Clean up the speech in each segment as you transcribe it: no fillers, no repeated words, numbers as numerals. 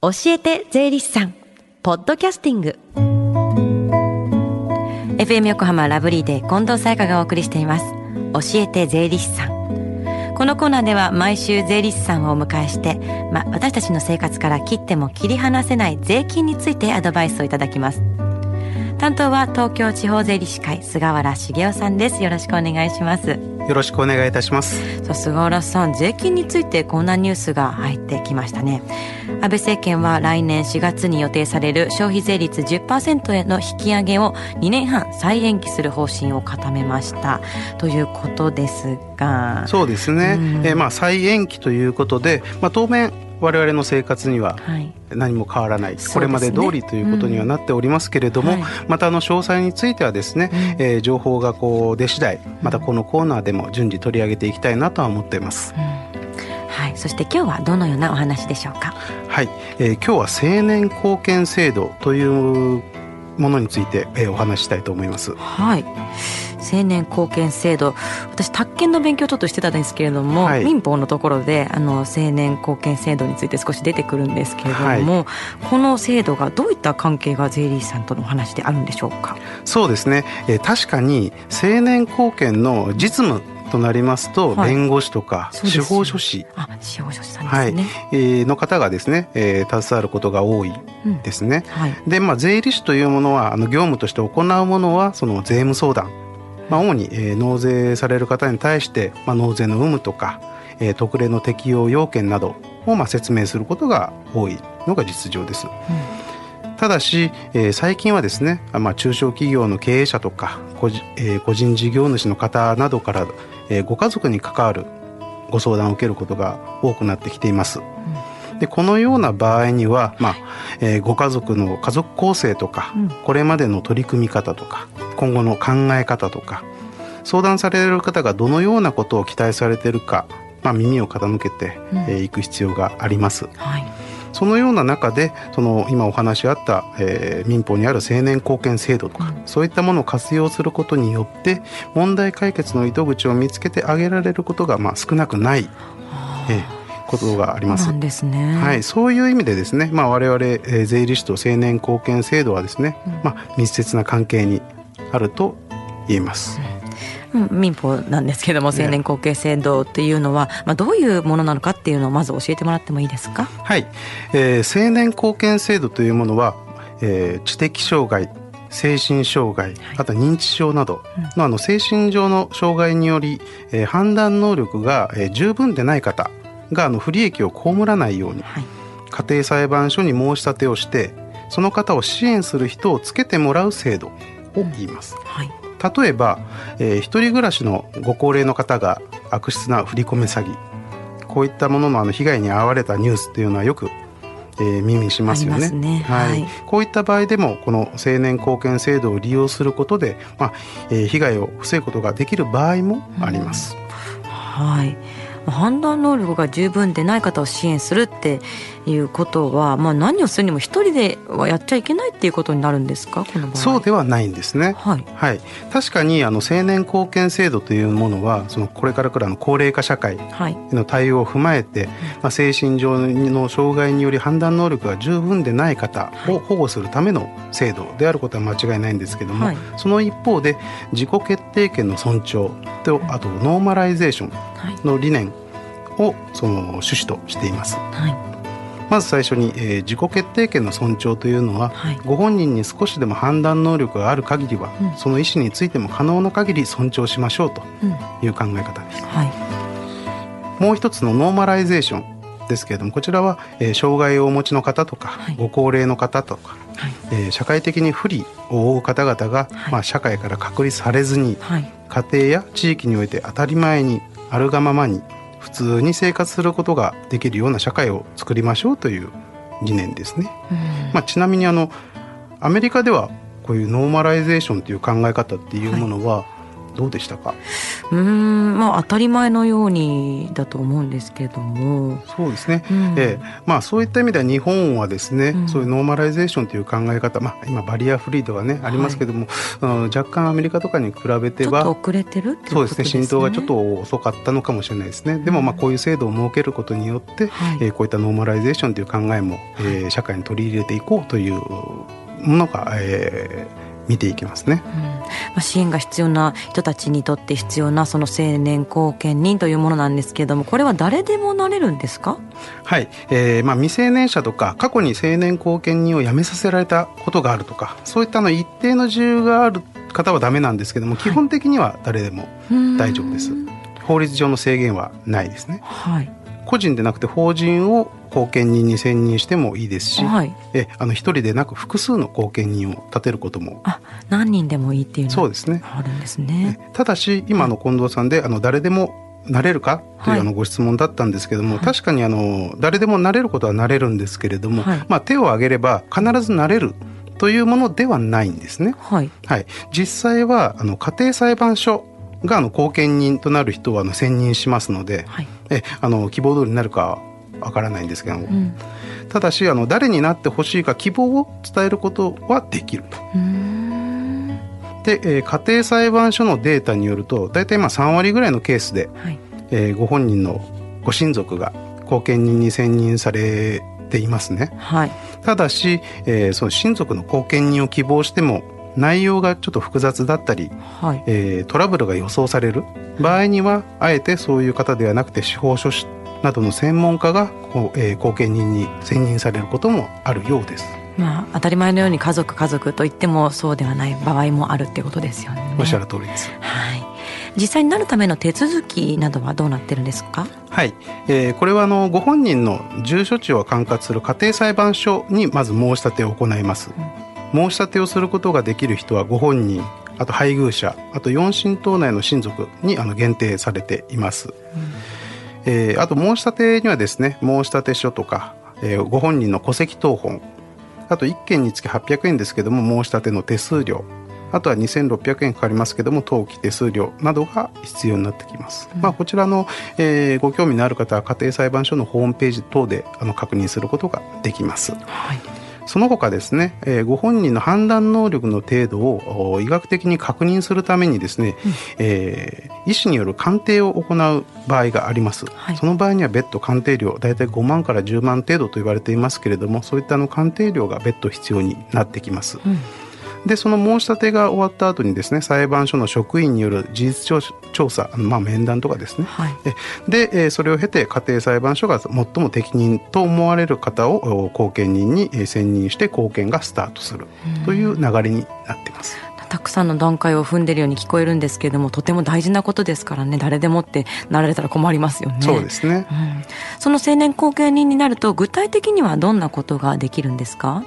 教えて税理士さんポッドキャスティング FM 横浜ラブリーで近藤沙耶香がお送りしています。教えて税理士さん。このコーナーでは毎週税理士さんをお迎えして、私たちの生活から切っても切り離せない税金についてアドバイスをいただきます。担当は東京地方税理士会菅原茂雄さんです。よろしくお願いします。 よろしくお願いいたします。 さあ菅原さん、税金についてこんなニュースが入ってきましたね。安倍政権は来年4月に予定される消費税率 10% への引き上げを2年半再延期する方針を固めましたということですが。 そうですね、再延期ということで、当面我々の生活には何も変わらない、これまで通りということにはなっておりますけれども、また詳細についてはですね、情報が出次第またこのコーナーでも順次取り上げていきたいなとは思っています。 そして今日はどのようなお話でしょうか。 今日は青年貢献制度というものについて、お話ししたいと思います。 青年貢献制度、私宅建の勉強ちょっとしてたんですけれども、民法のところで青年貢献制度について少し出てくるんですけれども、この制度がどういった関係が税理士さんとのお話であるんでしょうか。 そうですね、確かに青年貢献の実務となりますと、弁護士とか司法書士、 司法書士さんですね、 の方がですね、携わることが多いですね。で、税理士というものは業務として行うものはその税務相談、主に、納税される方に対して、納税の有無とか、特例の適用要件などを説明することが多いのが実情です。ただし、最近はですね、中小企業の経営者とか個人事業主の方などから、ご家族に関わるご相談を受けることが多くなってきています。でこのような場合には、ご家族の家族構成とか、これまでの取り組み方とか今後の考え方とか、相談される方がどのようなことを期待されているか、耳を傾けていく必要があります。そのような中で今お話あった、民法にある青年貢献制度とか、そういったものを活用することによって問題解決の糸口を見つけてあげられることが少なくないことがあります。 そうなんですね。 そういう意味でですね、我々、税理士と青年貢献制度はですね、密接な関係にあると言えます。 民法なんですけども、青年貢献制度っていうのは、どういうものなのかっていうのをまず教えてもらってもいいですか。 青年貢献制度というものは、知的障害、精神障害、あと認知症などの、精神上の障害により、判断能力が、十分でない方が不利益を被らないように、家庭裁判所に申し立てをして、その方を支援する人をつけてもらう制度を言います。例えば、一人暮らしのご高齢の方が悪質な振り込め詐欺、こういったものの被害に遭われたニュースっていうのはよく、耳にしますよね。こういった場合でもこの青年貢献制度を利用することで、被害を防ぐことができる場合もあります。 判断能力が十分でない方を支援するっていうことは、何をするにも一人ではやっちゃいけないっていうことになるんですか、この場合。そうではないんですね。確かに青年貢献制度というものはこれから来る高齢化社会の対応を踏まえて、精神上の障害により判断能力が十分でない方を保護するための制度であることは間違いないんですけども、その一方で自己決定権の尊重と、あとノーマライゼーションの理念を趣旨としています。まず最初に、自己決定権の尊重というのは、ご本人に少しでも判断能力がある限りは、その意思についても可能な限り尊重しましょうという考え方です。もう一つのノーマライゼーションですけれども、こちらは、障害をお持ちの方とか、ご高齢の方とか、社会的に不利を負う方々が、社会から隔離されずに、家庭や地域において当たり前にあるがままに普通に生活することができるような社会を作りましょうという理念ですね。ちなみにアメリカではこういうノーマライゼーションという考え方っていうものは、 どうでしたか？ 当たり前のようにだと思うんですけれども。 そうですね、そういった意味では日本はですね、そういうノーマライゼーションという考え方、今バリアフリーとかねありますけども、若干アメリカとかに比べてはちょっと遅れてるっていうことですね。 そうですね、浸透がちょっと遅かったのかもしれないですね。でもこういう制度を設けることによって、こういったノーマライゼーションという考えも、社会に取り入れていこうというものが、見ていきますね。 支援が必要な人たちにとって必要なその青年後見人というものなんですけれども、これは誰でもなれるんですか？ はい、未成年者とか過去に青年後見人を辞めさせられたことがあるとか、そういった一定の事由がある方はダメなんですけども、基本的には誰でも大丈夫です。法律上の制限はないですね。個人でなくて法人を後見人に選任してもいいですし、一人でなく複数の後見人を立てることも、 何人でもいいっていうのそうですね、 あるんですね。 ただし今の近藤さんで誰でもなれるかというご質問だったんですけども、確かに誰でもなれることはなれるんですけれども、手を挙げれば必ずなれるというものではないんですね。実際は家庭裁判所が後見人となる人は選任しますので、希望通りになるかわからないんですけども、ただし誰になってほしいか希望を伝えることはできると。で、家庭裁判所のデータによると大体3割ぐらいのケースで、ご本人のご親族が後見人に選任されていますね。ただし、その親族の後見人を希望しても内容がちょっと複雑だったり、トラブルが予想される場合にはあえてそういう方ではなくて司法書士などの専門家が後見人に選任されることもあるようです。 当たり前のように家族といってもそうではない場合もあるっていうことですよね。 おっしゃる通りです。 実際になるための手続きなどはどうなってるんですか？ これはご本人の住所地を管轄する家庭裁判所にまず申し立てを行います。申し立てをすることができる人はご本人、あと配偶者、あと4親等内の親族に限定されています。あと申し立てにはですね、申し立書とか、ご本人の戸籍謄本、あと1件につき800円ですけども申し立ての手数料、あとは2600円かかりますけども登記手数料などが必要になってきます。こちらの、ご興味のある方は家庭裁判所のホームページ等で確認することができます。その他ですね、ご本人の判断能力の程度を医学的に確認するためにですね、医師による鑑定を行う場合があります。その場合には別途鑑定料だいたい5万から10万程度と言われていますけれども、そういった鑑定料が別途必要になってきます。でその申し立てが終わった後にですね、裁判所の職員による事実調査、面談とかですね、でそれを経て家庭裁判所が最も適任と思われる方を後見人に選任して後見がスタートするという流れになっています。 たくさんの段階を踏んでいるように聞こえるんですけれども、とても大事なことですからね。誰でもってなられたら困りますよね。 そうですね、 その青年後見人になると具体的にはどんなことができるんですか？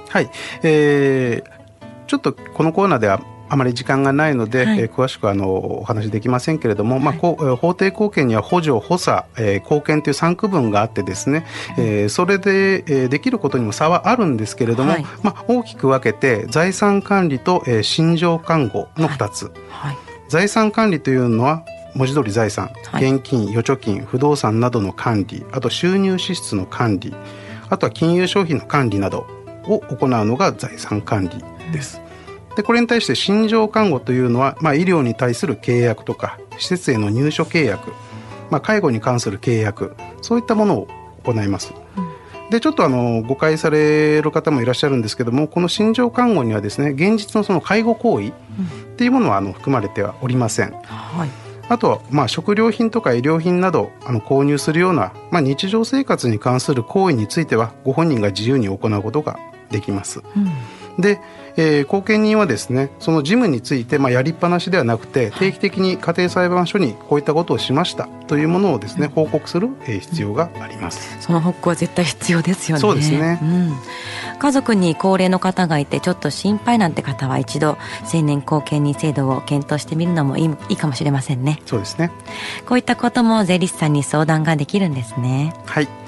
ちょっとこのコーナーではあまり時間がないので、詳しくお話できませんけれども、法定後見には補助、補佐、後見という3区分があってですね、それで、できることにも差はあるんですけれども、大きく分けて財産管理と、心情看護の2つ、財産管理というのは文字通り財産、現金、預貯金、不動産などの管理、あと収入支出の管理、あとは金融商品の管理などを行うのが財産管理です。でこれに対して心情看護というのは、医療に対する契約とか施設への入所契約、介護に関する契約、そういったものを行います。でちょっと誤解される方もいらっしゃるんですけども、この心情看護にはですね、現実のその介護行為っていうものは含まれてはおりません。あとは食料品とか医療品など購入するような、日常生活に関する行為についてはご本人が自由に行うことができます。で後見人はですね、その事務について、やりっぱなしではなくて定期的に家庭裁判所にこういったことをしましたというものをですね、報告する必要があります。 その報告は絶対必要ですよね。 そうですね、 家族に高齢の方がいてちょっと心配なんて方は一度青年後見人制度を検討してみるのもいいかもしれませんね。 そうですね。 こういったことも税理士さんに相談ができるんですね。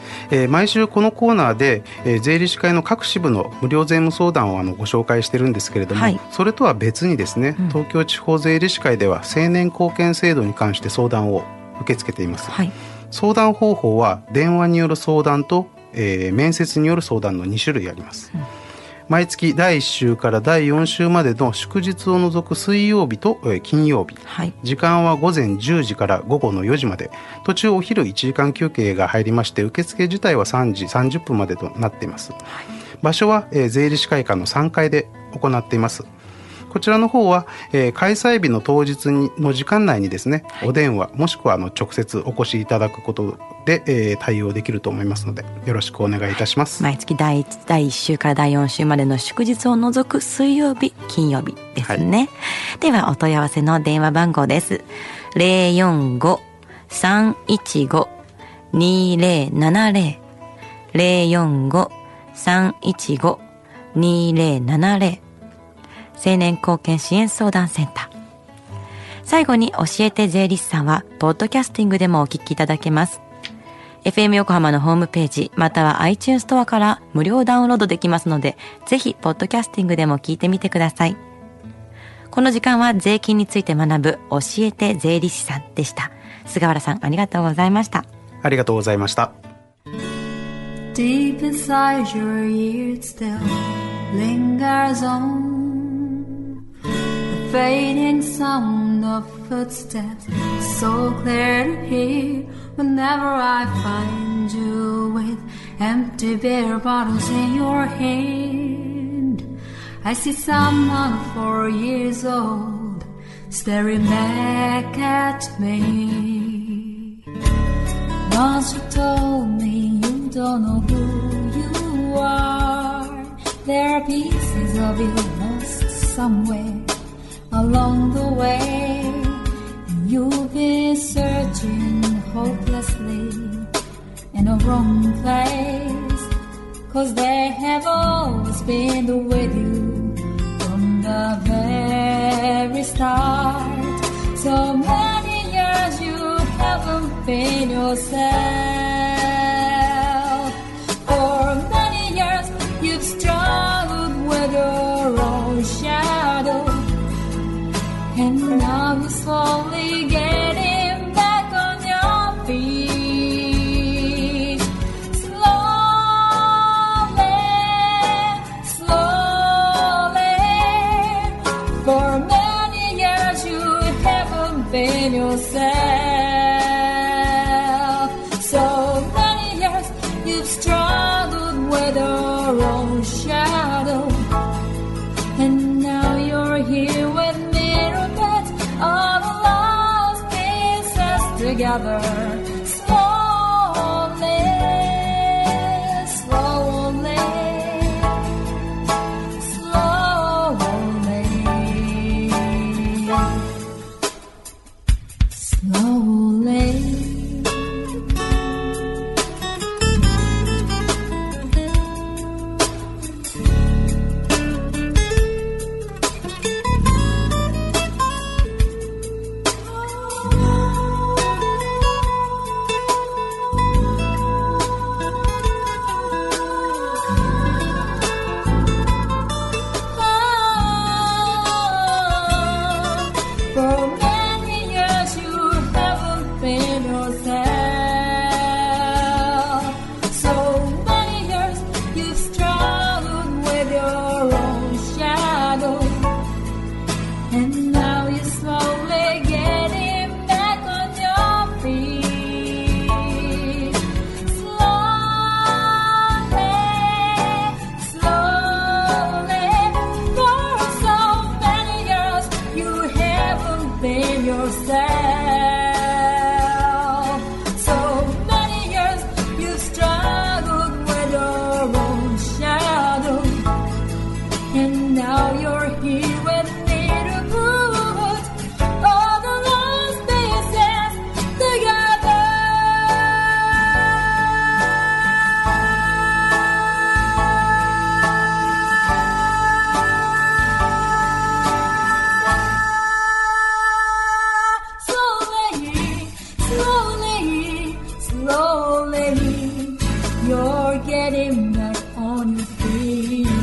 毎週このコーナーで、税理士会の各支部の無料税務相談をご紹介してるんですけれども、はい、それとは別にですね、東京地方税理士会では青年貢献制度に関して相談を受け付けています、はい、相談方法は電話による相談と、面接による相談の2種類あります、毎月第1週から第4週までの祝日を除く水曜日と金曜日、はい、時間は午前10時から午後の4時まで、途中お昼1時間休憩が入りまして、受付自体は3時30分までとなっています、はい、場所は、税理士会館の3階で行っています。こちらの方は、開催日の当日の時間内にですね、はい、お電話もしくは直接お越しいただくことで、対応できると思いますので、よろしくお願いいたします。 毎月第1週から第4週までの祝日を除く水曜日金曜日ですね、はい、ではお問い合わせの電話番号です。 045-315-2070 045-315-2070青年貢献支援相談センター。最後に教えて税理士さんはポッドキャスティングでもお聞きいただけます。 FM 横浜のホームページまたは iTunes ストアから無料ダウンロードできますので、ぜひポッドキャスティングでも聞いてみてください。この時間は税金について学ぶ教えて税理士さんでした。菅原さん、ありがとうございました。 ありがとうございました。 Deep inside your ears still lingers on,The fading sound of footsteps, so clear to hear whenever I find you with empty beer bottles in your hand. I see someone 4 years old staring back at me. Once you told me you don't know who you are. There are pieces of you lost somewhere.Along the way, and you've been searching hopelessly in a wrong place, 'cause they have always been with you from the very start. So many years you haven't been yourself. For many years you've struggled with your own shadow.And now you're slowly getting back on your feet. Slowly, slowly. For many years you haven't been yourself. So many years you've struggled with your own shadow. And now you're here with me.All the lost pieces together, slowly, slowly, slowly, slowly.Slowly getting back on your feet.